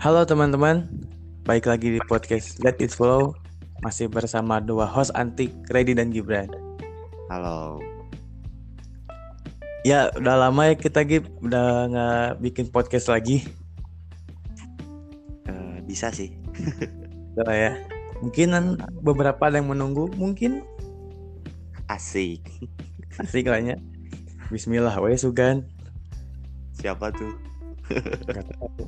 Halo teman-teman, baik lagi di podcast Let It Flow. Masih bersama dua host antik, Reddy dan Gibran. Halo. Ya, udah lama ya kita udah nggak bikin podcast lagi. Bisa sih. Udah ya. Mungkin beberapa ada yang menunggu, mungkin Asik. asik kayaknya. Bismillah, we Sugan. Siapa tuh? Nggak tahu.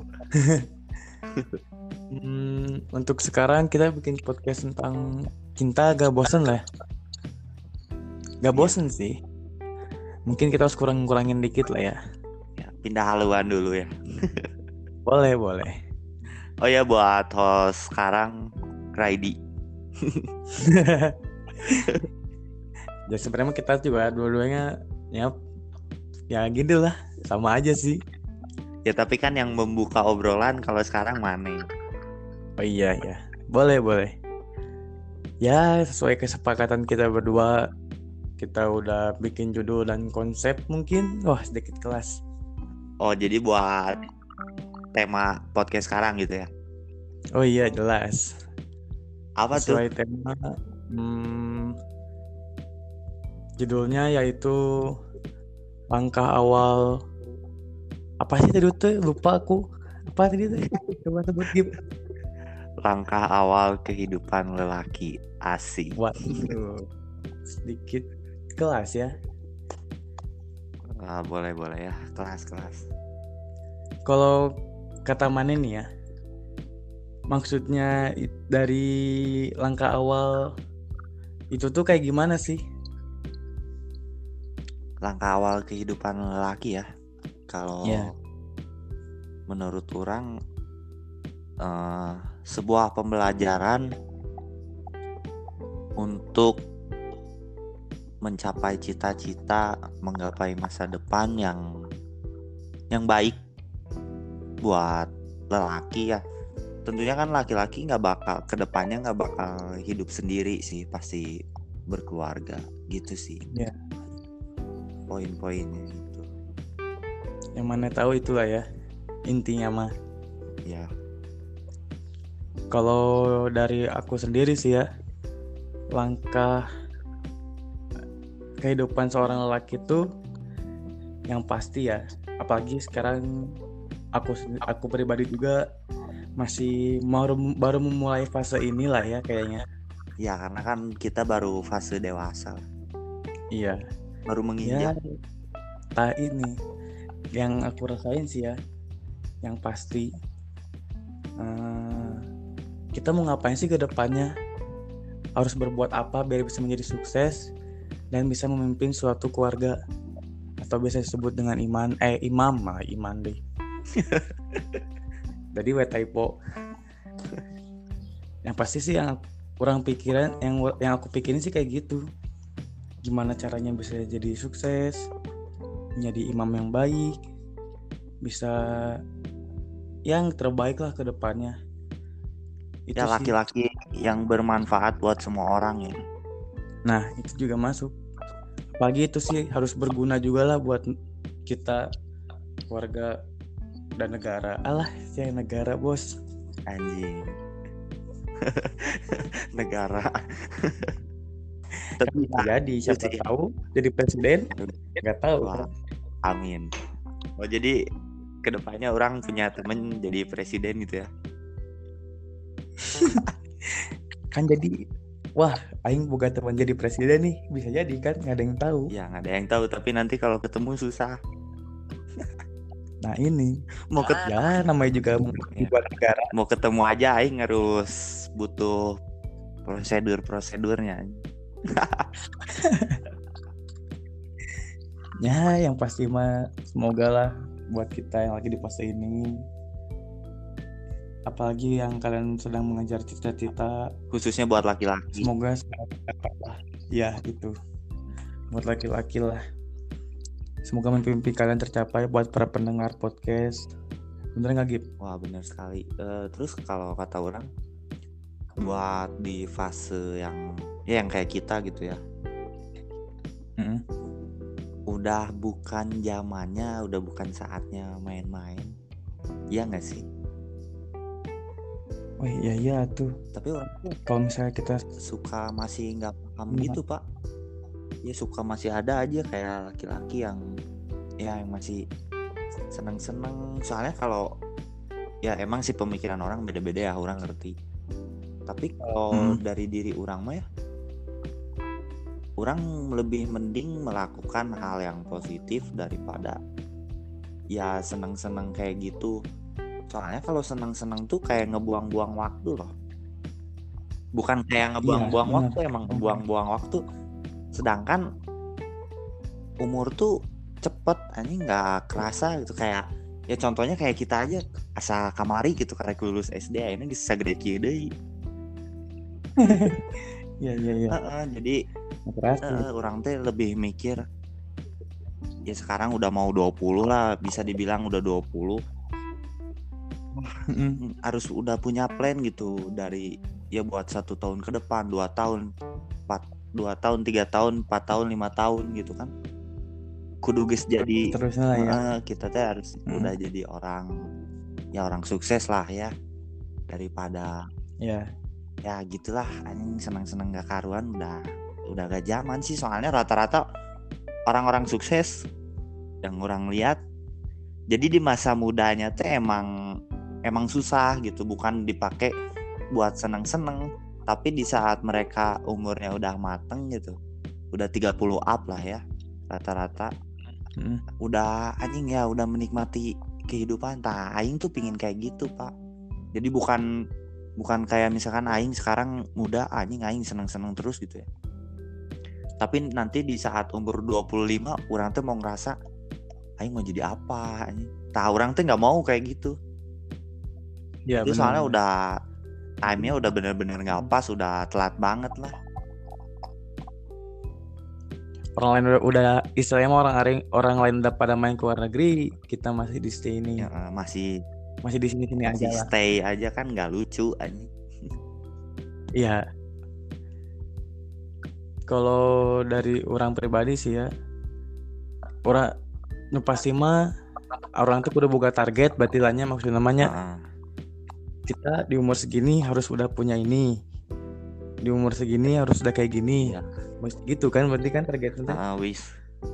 Untuk sekarang kita bikin podcast tentang cinta, gak bosen lah. Gak Iya. bosen sih. Mungkin kita harus kurangin dikit lah ya. Ya, pindah haluan dulu ya. Boleh, boleh. Oh ya, buat host sekarang Raidi. Ya sebenarnya kita juga dua-duanya ya gitu lah, sama aja sih. Ya tapi kan yang membuka obrolan kalau sekarang Mane. Oh iya ya, boleh. Ya sesuai kesepakatan kita berdua, kita udah bikin judul dan konsep mungkin. Wah sedikit kelas. Oh jadi buat tema podcast sekarang gitu ya. Oh iya jelas. Apa tuh? Sesuai tema, judulnya yaitu langkah awal. Apa sih tadi tuh? Lupa aku. Apa tadi tuh? Coba sebut Gib. Langkah awal kehidupan lelaki. Asik. Waduh, sedikit kelas ya. Boleh ya. Kelas. Kalau kata Mane nih ya, maksudnya dari langkah awal itu tuh kayak gimana sih? Langkah awal kehidupan lelaki ya. Kalau Ya. menurut orang sebuah pembelajaran untuk mencapai cita-cita, menggapai masa depan yang baik buat lelaki ya. Tentunya kan laki-laki kedepannya nggak bakal hidup sendiri sih, pasti berkeluarga gitu sih. Ya. Poin-poinnya gitu. Yang mana tahu itulah ya intinya mah. Ya. Kalau dari aku sendiri sih ya, langkah kehidupan seorang lelaki tuh yang pasti ya, apalagi sekarang aku pribadi juga masih baru memulai fase inilah ya kayaknya. Ya karena kan kita baru fase dewasa. Iya. Baru menginjak. Ya, ini yang aku rasain sih ya, yang pasti kita mau ngapain sih ke depannya, harus berbuat apa biar bisa menjadi sukses dan bisa memimpin suatu keluarga, atau biasa disebut dengan imam deh. Jadi typo. Yang pasti sih yang kurang pikiran, yang aku pikirin sih kayak gitu, gimana caranya bisa jadi sukses, menjadi imam yang baik, bisa yang terbaik lah ke depannya. Itu Ya sih. laki-laki yang bermanfaat buat semua orang ya. Nah itu juga masuk. Apalagi itu sih harus berguna juga lah buat kita, keluarga dan negara. Alah, saya negara bos. Anjing. Negara. Kan bisa jadi, siapa tahu jadi presiden, nggak tahu. Wah, amin. Oh jadi kedepannya orang punya temen jadi presiden gitu ya? Kan jadi, wah, aing boga teman jadi presiden nih, bisa jadi kan, nggak ada yang tahu. Ya nggak ada yang tahu, tapi nanti kalau ketemu susah. Nah ini, ya namanya juga buat negara. Mau ketemu aja aing harus butuh prosedurnya. Ya yang pasti mah semoga lah buat kita yang lagi di fase ini, apalagi yang kalian sedang mengejar cita-cita, Khususnya buat laki-laki. semoga dapat lah. Ya itu buat laki-laki lah, semoga mimpi kalian tercapai buat para pendengar podcast. Bener nggak Gip? Wah benar sekali. Terus kalau kata orang buat di fase yang kayak kita gitu ya, udah bukan zamannya, udah bukan saatnya main-main. Iya nggak sih? Oh iya iya tuh. Tapi orang tuh Kalau misalnya kita suka masih nggak paham gimana? gitu pak. Ya suka masih ada aja kayak laki-laki yang ya yang masih seneng-seneng. Soalnya kalau ya emang sih pemikiran orang beda-beda ya, orang ngerti. Tapi kalau dari diri orang mah ya, orang lebih mending melakukan hal yang positif daripada ya seneng-seneng kayak gitu. Soalnya kalau seneng-seneng tuh kayak ngebuang-buang waktu loh. Bukan kayak Iya ngebuang-buang benar. waktu, emang ngebuang-buang waktu. Sedangkan umur tuh cepet, ini nggak kerasa gitu. Kayak ya contohnya kayak kita aja asa kamari gitu karena lulus SD ini bisa gede kieu deui. Iya iya iya. Jadi orang teh lebih mikir ya sekarang udah mau 20 lah, bisa dibilang udah 20. Harus udah punya plan gitu dari ya buat 1 tahun ke depan, 2 tahun, 2 tahun, 3 tahun, 4 tahun, 5 tahun gitu kan. Kudu geus jadi Terusnya lah ya. kita teh harus udah jadi orang ya orang sukses lah ya, daripada Ya ya gitulah anjing senang-senang gak karuan. Udah gak zaman sih, soalnya rata-rata orang-orang sukses yang orang lihat jadi di masa mudanya tuh emang susah gitu, bukan dipakai buat seneng-seneng, tapi di saat mereka umurnya udah mateng gitu, udah 30 up lah ya rata-rata, udah anjing ya udah menikmati kehidupan. Aing tuh pingin kayak gitu pak. Jadi bukan kayak misalkan aing sekarang muda anjing aing seneng-seneng terus gitu ya, tapi nanti di saat umur 25 orang tuh mau ngerasa aing mau jadi apa anjing. Orang tuh nggak mau kayak gitu. ya Itu benar. soalnya udah time-nya udah bener-bener nggak pas, udah telat banget lah. Orang lain udah istilahnya orang lain udah pada main ke luar negeri, kita masih di stay ini. Ya, masih di sini aja lah. Stay aja kan nggak lucu anjing. Iya. Kalau dari orang pribadi sih ya, orang pasti mah orang tuh udah buka target, batilannya maksud namanya kita di umur segini harus udah punya ini, di umur segini harus udah kayak gini, gitu kan, berarti kan targetnya. Wish.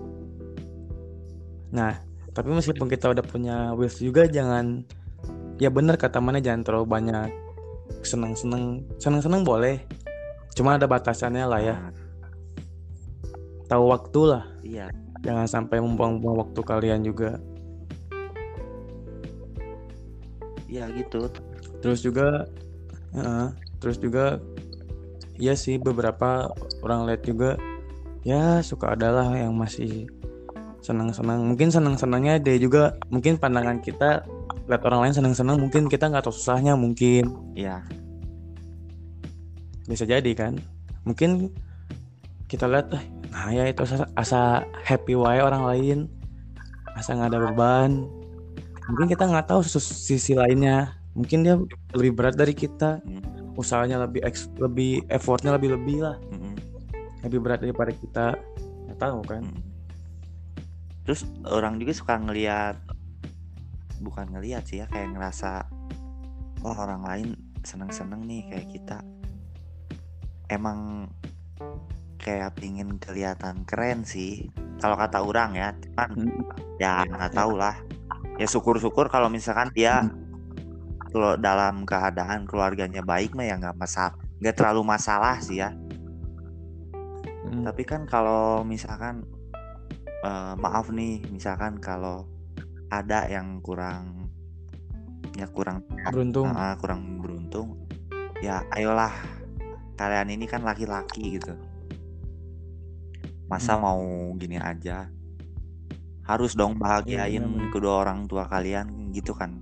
Nah, tapi meskipun kita udah punya wish juga jangan, ya benar kata mana, jangan terlalu banyak seneng boleh, cuma ada batasannya lah ya. Tahu waktu lah. Iya. Jangan sampai membuang-buang waktu kalian juga. Iya gitu. Terus juga iya sih, beberapa orang lihat juga ya suka adalah yang masih senang-senang. Mungkin senang-senangnya dia juga, mungkin pandangan kita lihat orang lain senang-senang, mungkin kita nggak tahu susahnya mungkin. Iya. Bisa jadi kan. Mungkin kita lihat nah ya itu asa happy wae orang lain, asa nggak ada beban. Mungkin kita nggak tahu sisi lainnya. Mungkin dia lebih berat dari kita, usahanya lebih effortnya lebih lah, lebih berat daripada kita, nggak tahu kan. Terus orang juga suka bukan ngelihat sih ya, kayak ngerasa wah orang lain seneng-seneng nih kayak kita, emang kayak pingin kelihatan keren sih kalau kata orang ya. Cuman ya nggak tahu lah, ya syukur-syukur kalau misalkan dia kalau dalam keadaan keluarganya baik mah ya nggak terlalu masalah sih ya. Tapi kan kalau misalkan maaf nih, misalkan kalau ada yang kurang beruntung, ya ayolah, kalian ini kan laki-laki gitu, masa mau gini aja, harus dong bahagiain kedua orang tua kalian gitu kan.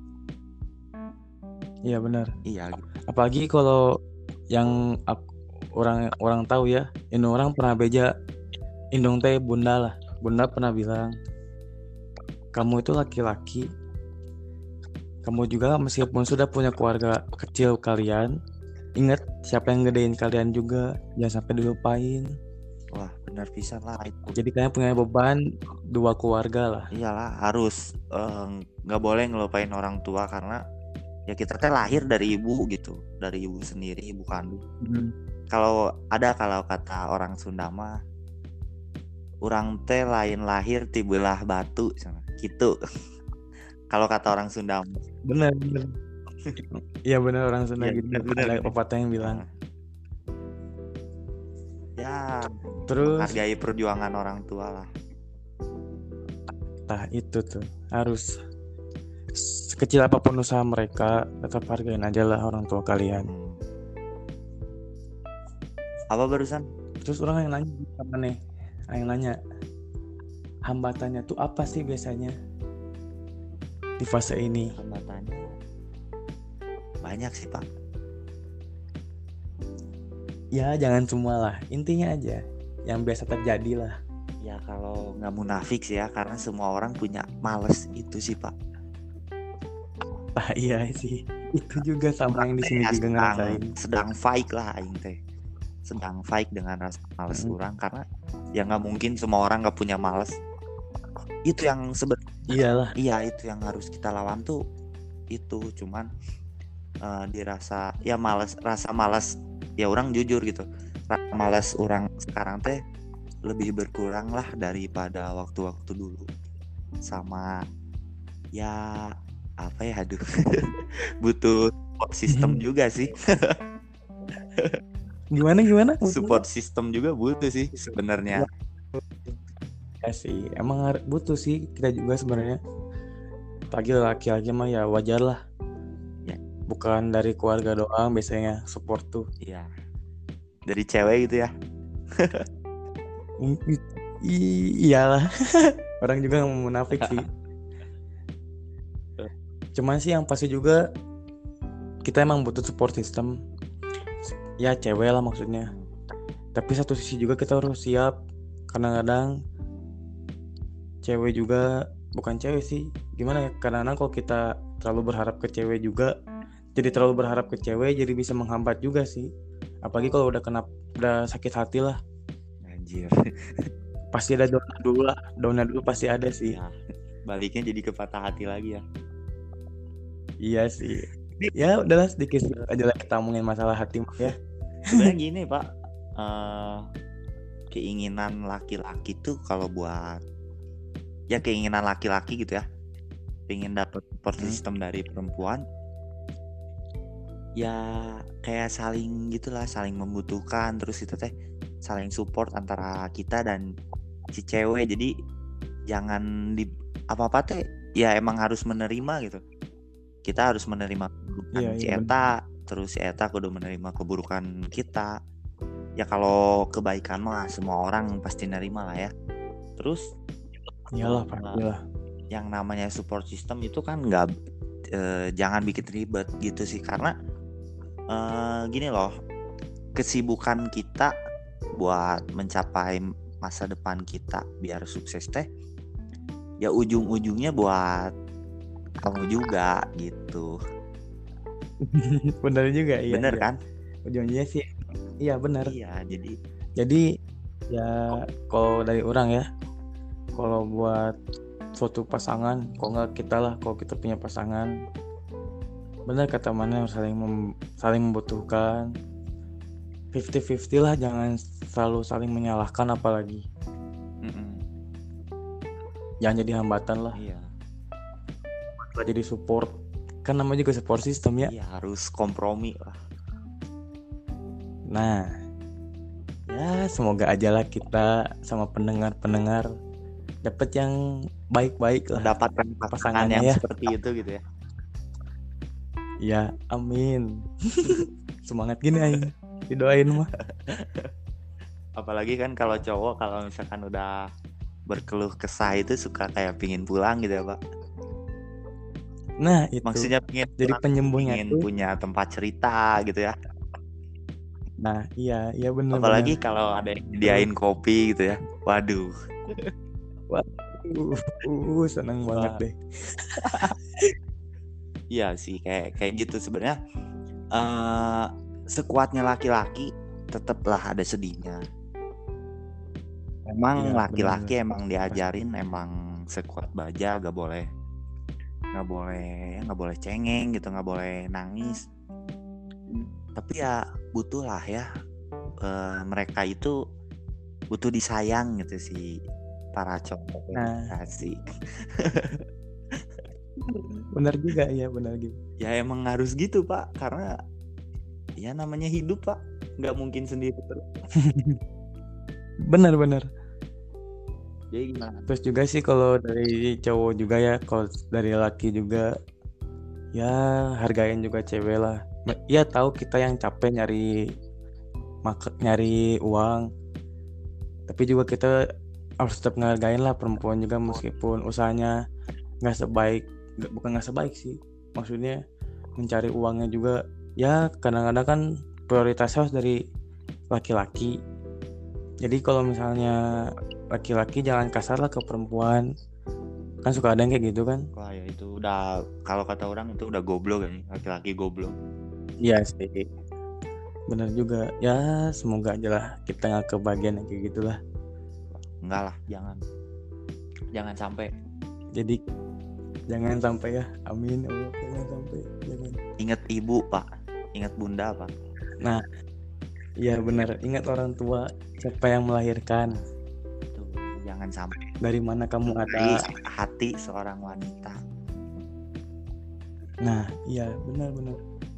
Iya benar. Iya gitu. Apalagi kalau yang orang tahu ya, ini orang pernah beja indung teh bunda lah. Bunda pernah bilang, kamu itu laki-laki, kamu juga meskipun sudah punya keluarga kecil kalian, ingat siapa yang gedein kalian juga, jangan sampai dilupain. Wah benar pisan lah itu. Jadi kalian punya beban 2 keluarga lah. Iyalah harus nggak boleh ngelupain orang tua, karena Ya kita teh lahir dari ibu gitu, dari ibu sendiri, ibu kandung. Hmm. Kalau kata orang Sunda mah, urang teh lain lahir ti beulah batu gitu. Kalau kata orang Sunda mah. Bener. Iya bener, orang Sunda Ya gitu. bener Ada gitu. pepatah yang bilang. Ya, Terus, menghargai perjuangan orang tua lah. nah itu tuh harus sekecil apapun usaha mereka, tetap hargain aja lah orang tua kalian. Apa barusan? Terus orang yang nanya apa nih? Yang nanya, hambatannya tuh apa sih biasanya di fase ini? Hambatannya banyak sih Pak. Ya jangan semua lah, intinya aja yang biasa terjadi lah. Ya kalau nggak munafik sih ya, karena semua orang punya males itu sih Pak. Ah iya sih, itu juga sama yang di sini juga ngerasain. Sedang fight lah aing teh. Sedang fight dengan rasa males orang, karena ya nggak mungkin semua orang nggak punya males. Itu yang sebenarnya. Iyalah. Iya, itu yang harus kita lawan tuh. Itu cuman dirasa ya males, rasa malas ya orang jujur gitu, rasa malas orang sekarang teh lebih berkurang lah daripada waktu-waktu dulu. Sama ya apa ya, aduh butuh support system juga sih. Gimana Support system juga butuh sih sebenarnya. Ya sih, emang butuh sih kita juga sebenarnya. Apalagi laki-laki mah ya wajar lah. Ya. Bukan dari keluarga doang biasanya support tuh. Iya. Dari cewek gitu ya. Iyalah. Orang juga nggak mau munafik sih. Cuman sih yang pasti juga kita emang butuh support system. Ya cewek lah maksudnya. Tapi satu sisi juga kita harus siap. Kadang-kadang cewek juga, bukan cewek sih, gimana ya, kadang-kadang kalau kita terlalu berharap ke cewek juga, jadi terlalu berharap ke cewek jadi bisa menghambat juga sih. Apalagi kalau udah sakit hati lah. Anjir. Pasti ada daunnya dulu pasti ada sih. Ya, baliknya jadi ke patah hati lagi ya. Iya sih. Ya udahlah, sedikit aja lah kita ngomongin masalah hati ya. Sebenarnya gini Pak, keinginan laki-laki tuh kalau buat ya keinginan laki-laki gitu ya, pengen dapet support system dari perempuan, ya kayak saling gitulah, saling membutuhkan, terus itu teh saling support antara kita dan si cewek. Jadi jangan di apa-apa teh ya emang harus menerima gitu. Kita harus menerima keburukan si Eta, terus si Eta kudu menerima keburukan kita. Ya kalau kebaikan mah semua orang pasti nerima lah ya. Terus iyalah pastilah. Yang namanya support system itu kan nggak jangan bikin ribet gitu sih, karena gini loh, kesibukan kita buat mencapai masa depan kita biar sukses teh ya ujung-ujungnya buat kamu juga gitu. Bener juga, iya. Bener iya. kan? Ujungnya sih iya bener. Iya, jadi ya kalau dari orang ya, kalau buat suatu pasangan, kalau nggak kita lah, kalau kita punya pasangan, benar kata mana, harus saling membutuhkan, 50-50 lah, jangan selalu saling menyalahkan, apalagi jangan jadi hambatan lah. Iya. Jadi support, kan namanya juga support system ya. Iya, harus kompromi lah. Nah, ya semoga aja lah kita sama pendengar dapat yang baik-baik lah, mendapatkan pasangan yang ya seperti itu gitu ya. Ya amin. Semangat gini aja didoain mah. Apalagi kan kalau cowok, kalau misalkan udah berkeluh kesah itu suka kayak pingin pulang gitu ya Pak. Nah itu maksudnya pingin jadi pulang, penyembuhnya pingin tuh punya tempat cerita gitu ya. Nah iya benar. Apalagi kalau ada yang nyediain kopi gitu ya, waduh seneng banget deh. Iya sih, kayak gitu sebenarnya. Sekuatnya laki-laki tetaplah ada sedihnya. Emang laki-laki emang diajarin emang sekuat baja, gak boleh nggak boleh cengeng gitu, nggak boleh nangis. Tapi ya butuh lah ya, mereka itu butuh disayang gitu sih, para cowok. Nah, Asik. benar juga ya, benar gitu. Ya emang harus gitu Pak, karena ya namanya hidup Pak, nggak mungkin sendiri terus. Benar-benar. Jadi gimana? Terus juga sih kalau dari cowok juga ya, kalau dari laki juga ya hargain juga cewek lah. Ya tahu kita yang capek nyari uang, tapi juga kita harus tetap ngehargain lah perempuan juga, meskipun usahanya bukan nggak sebaik sih, maksudnya mencari uangnya juga ya kadang-kadang kan prioritasnya harus dari laki-laki. Jadi kalau misalnya laki-laki jangan kasar lah ke perempuan, kan suka ada yang kayak gitu kan. Wah ya itu udah, kalau kata orang itu udah goblok kan, laki-laki goblok. Iya sih, benar juga ya, semoga aja lah kita nggak kebagian yang kayak gitulah. Enggak lah, jangan sampai. Jadi jangan sampai ya, amin Allah, jangan sampai, jangan. Ingat ibu Pak, ingat bunda Pak. Nah, iya benar, ingat orang tua, siapa yang melahirkan, Itu jangan sampai dari mana kamu dari ada. hati seorang wanita. Nah, iya benar-benar.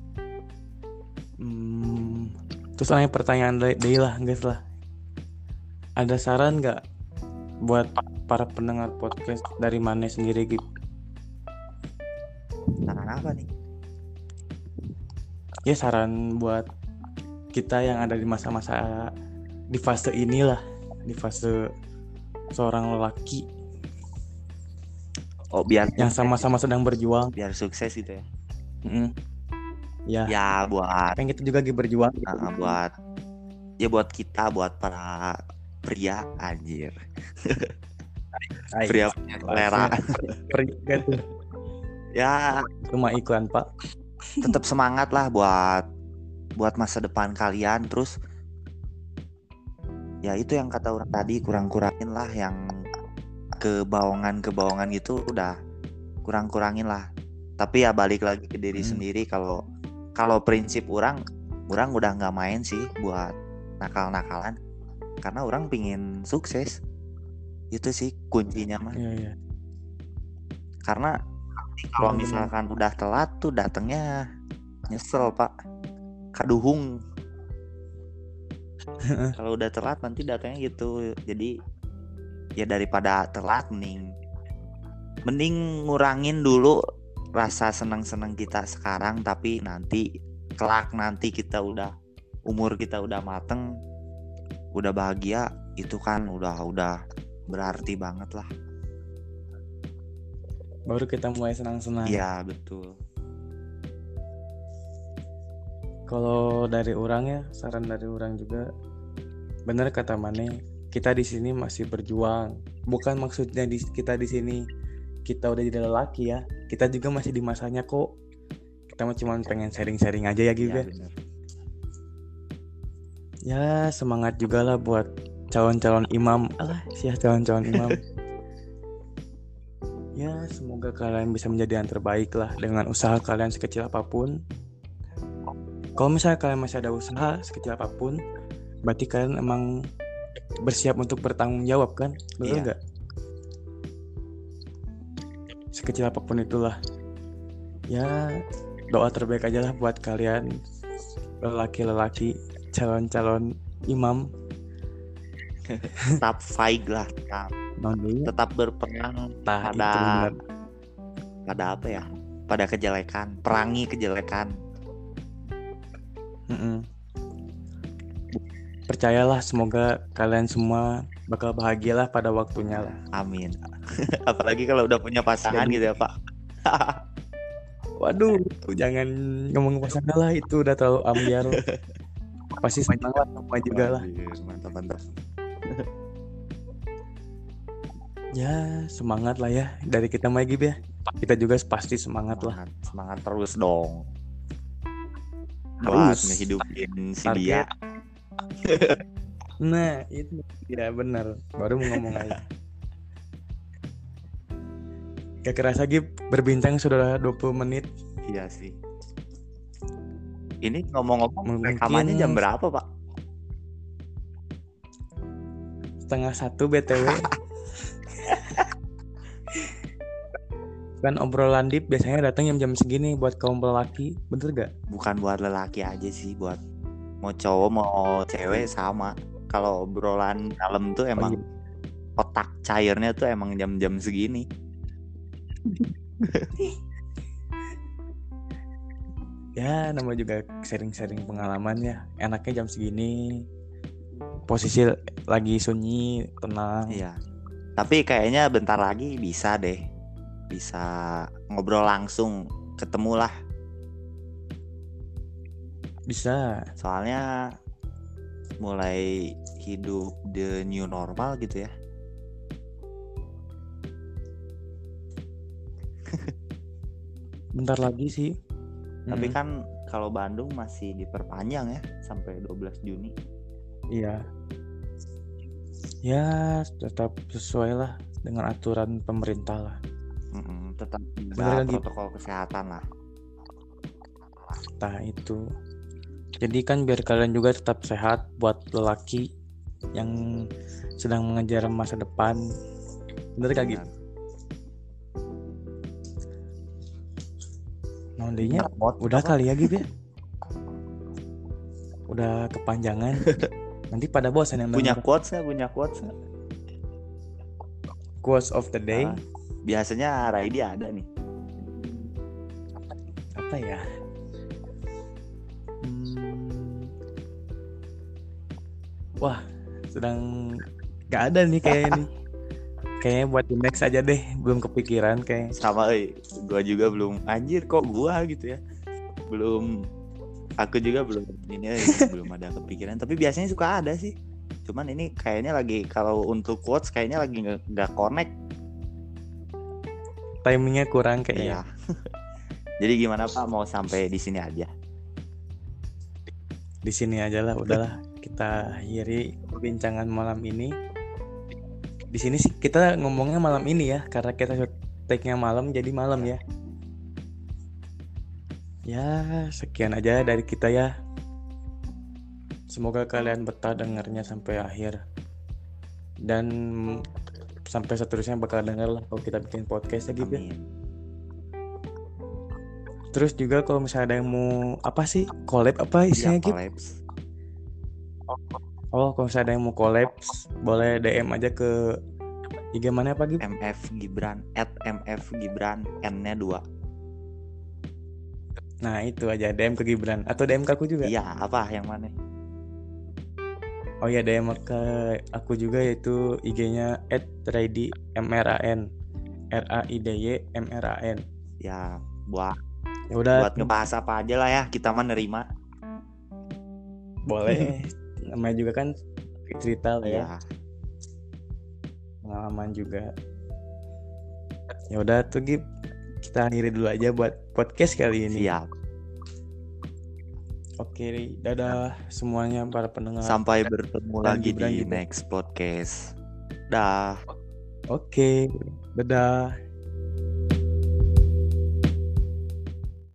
Terus nanya pertanyaan dari lah, guys lah. Ada saran nggak buat para pendengar podcast dari mana sendiri gitu? Saran apa nih? Ya saran buat kita yang ada di masa-masa, di fase inilah, di fase seorang lelaki Biar yang sukses, sama-sama sedang berjuang. biar sukses gitu ya. Ya, Ya buat kan kita juga lagi berjuang gitu. buat kita, buat para pria, anjir. Ay, Pria punya selera. pergi tuh. Ya Cuma iklan Pak. tetap semangat lah buat masa depan kalian. Terus ya itu yang kata orang tadi, kurang-kurangin lah yang kebohongan gitu, udah kurang-kurangin lah. Tapi ya balik lagi ke diri sendiri. Kalau prinsip orang udah nggak main sih buat nakal-nakalan, karena orang pingin sukses. Itu sih kuncinya mah. Iya. Karena kalau misalkan udah telat tuh datangnya nyesel Pak, kaduhung. Kalau udah telat nanti datangnya gitu. Jadi ya daripada telat, mending ngurangin dulu rasa senang-senang kita sekarang, tapi nanti kelak nanti kita umur kita udah mateng, udah bahagia, itu kan udah berarti banget lah. Baru kita mulai senang-senang. Iya betul. Kalau dari orang ya, saran dari orang juga, benar kata Mane, kita di sini masih berjuang. Bukan maksudnya kita di sini kita udah jadi lelaki ya, kita juga masih di masanya kok. Kita cuma pengen sharing-sharing aja ya gitu. Ya semangat juga lah buat calon-calon imam. Calon-calon imam. Ya semoga kalian bisa menjadi yang terbaik lah dengan usaha kalian sekecil apapun. Kalau misalnya kalian masih ada usaha sekecil apapun, berarti kalian emang bersiap untuk bertanggung jawab kan? Betul nggak? Sekecil apapun itulah. Ya doa terbaik aja lah buat kalian lelaki-lelaki, calon-calon imam. Tetap fight lah, tetap berperang pada apa ya? Pada kejelekan, perangi kejelekan. Percayalah, semoga kalian semua bakal bahagialah pada waktunya lah. Amin. Apalagi kalau udah punya pasangan gitu ya Pak. Waduh, jangan ngomong pasangan lah, itu udah terlalu ambiar. Pasti senang lah semua juga lah. Mantap. Ya semangat lah ya dari kita lagi ya. Kita juga pasti semangat lah. Semangat terus dong. Buat ngehidupin si dia. Nah itu tidak benar. Baru mau ngomong aja. Gak kerasa Gip, berbincang sudah 20 menit. Iya sih. Ini ngomong-ngomong Mungkin rekamannya jam berapa, Pak? 12:30 BTW. Kan obrolan deep biasanya datang jam-jam segini buat kaum lelaki, bener gak? Bukan buat lelaki aja sih, buat mau cowok mau cewek sama. Kalau obrolan dalam tuh emang otak cairnya tuh emang jam-jam segini. Ya nama juga sharing-sharing pengalaman ya. Enaknya jam segini, posisi lagi sunyi, tenang. Iya. Tapi kayaknya bentar lagi bisa deh. Bisa ngobrol langsung, ketemulah. Bisa. Soalnya mulai hidup the new normal gitu ya. Bentar lagi sih. Tapi kan kalau Bandung masih diperpanjang ya sampai 12 Juni. Iya. Ya tetap sesuai lah dengan aturan pemerintah lah. Tetap Bener ada lagi. protokol kesehatan lah. Nah itu. Jadi kan biar kalian juga tetap sehat buat lelaki yang sedang mengejar masa depan. Bener gak gitu? Nondenya udah kali ya gitu ya. Udah kepanjangan. Nanti pada bosan yang punya denger. quotes nggak? Quotes of the day. Biasanya Raidi ada nih. Apa ya? Wah, sedang gak ada nih kayaknya nih. Kayaknya buat di next aja deh, belum kepikiran kayak. Sama gua juga belum, anjir kok gua gitu ya. Aku juga belum belum ada kepikiran, tapi biasanya suka ada sih. Cuman ini kayaknya lagi, kalau untuk quotes kayaknya lagi nggak connect. Timingnya kurang kayaknya. Iya. Jadi gimana Pak, mau sampai di sini aja? Di sini aja lah, udahlah. Kita akhiri perbincangan malam ini. Di sini sih kita ngomongnya malam ini ya, karena kita take-nya malam jadi malam ya. Ya, sekian aja dari kita ya. Semoga kalian betah dengarnya sampai akhir. Dan sampai seterusnya bakal denger lah kalau kita bikin podcast gitu ya. Terus juga kalau misalnya ada yang mau apa sih? Collab apa isinya gitu? Oh, kalau misalnya ada yang mau collab, boleh DM aja ke IG mana apa gitu? @mfgibran N-nya 2. Nah itu aja, DM ke Gibran. Atau DM ke aku juga? Iya, apa yang mana? Oh iya, DM ke aku juga, yaitu IG-nya @raidy MRAN RAIDY MRAN. Ya, buat ngebahas apa aja lah ya, kita mah nerima. Boleh. Namanya juga kan cerita lah ya. Pengalaman juga. Ya udah tuh Gib, kita akhiri dulu aja buat podcast kali ini. Siap. Oke, dadah semuanya para pendengar. Sampai bertemu lagi di next podcast. Dah. Oke, dadah.